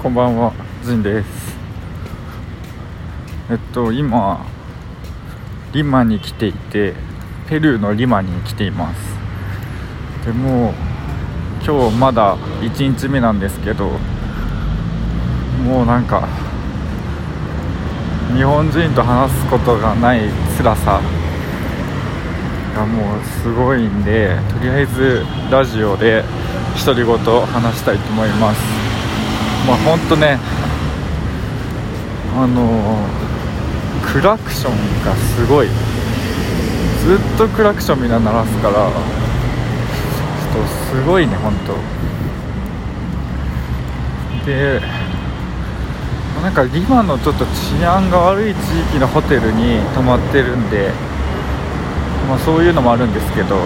こんばんは、ジンです。今リマに来ていて、ペルーのリマに来ています。でも今日まだ1日目なんですけど、もうなんか日本人と話すことがない辛さがもうすごいんで、とりあえずラジオで独り言話したいと思います。ほんとね、クラクションがすごい、ずっとクラクションみんな鳴らすから、ちょっとすごいね、ほんとで、なんかリマのちょっと治安が悪い地域のホテルに泊まってるんで、そういうのもあるんですけど、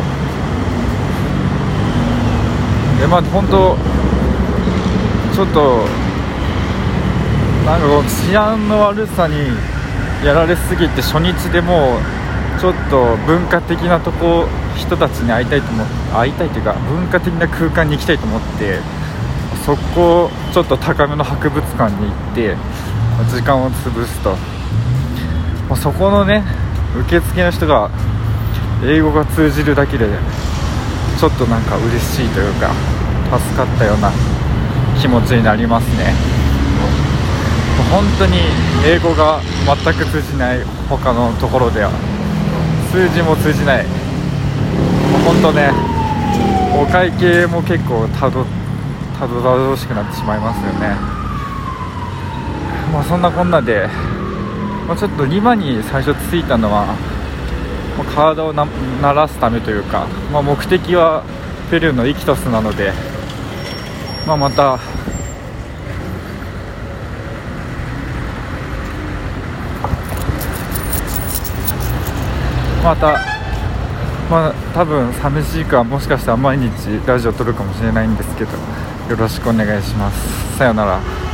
でほんとちょっとなんかこう治安の悪さにやられすぎて、初日でもうちょっと文化的な人たちに会いたいというか、文化的な空間に行きたいと思って、そこちょっと高めの博物館に行って時間を潰すと、そこのね受付の人が英語が通じるだけでちょっとなんか嬉しいというか、助かったような気持ちになりますね。本当に英語が全く通じない他のところでは、数字も通じない、本当ね、お会計も結構たどしくなってしまいますよね。そんなこんなで、ちょっとリマに最初着いたのは体を慣らすためというか、目的はペルーのイキトスなので、また多分寂しいか、もしかしたら毎日ラジオ撮るかもしれないんですけど、よろしくお願いします。さよなら。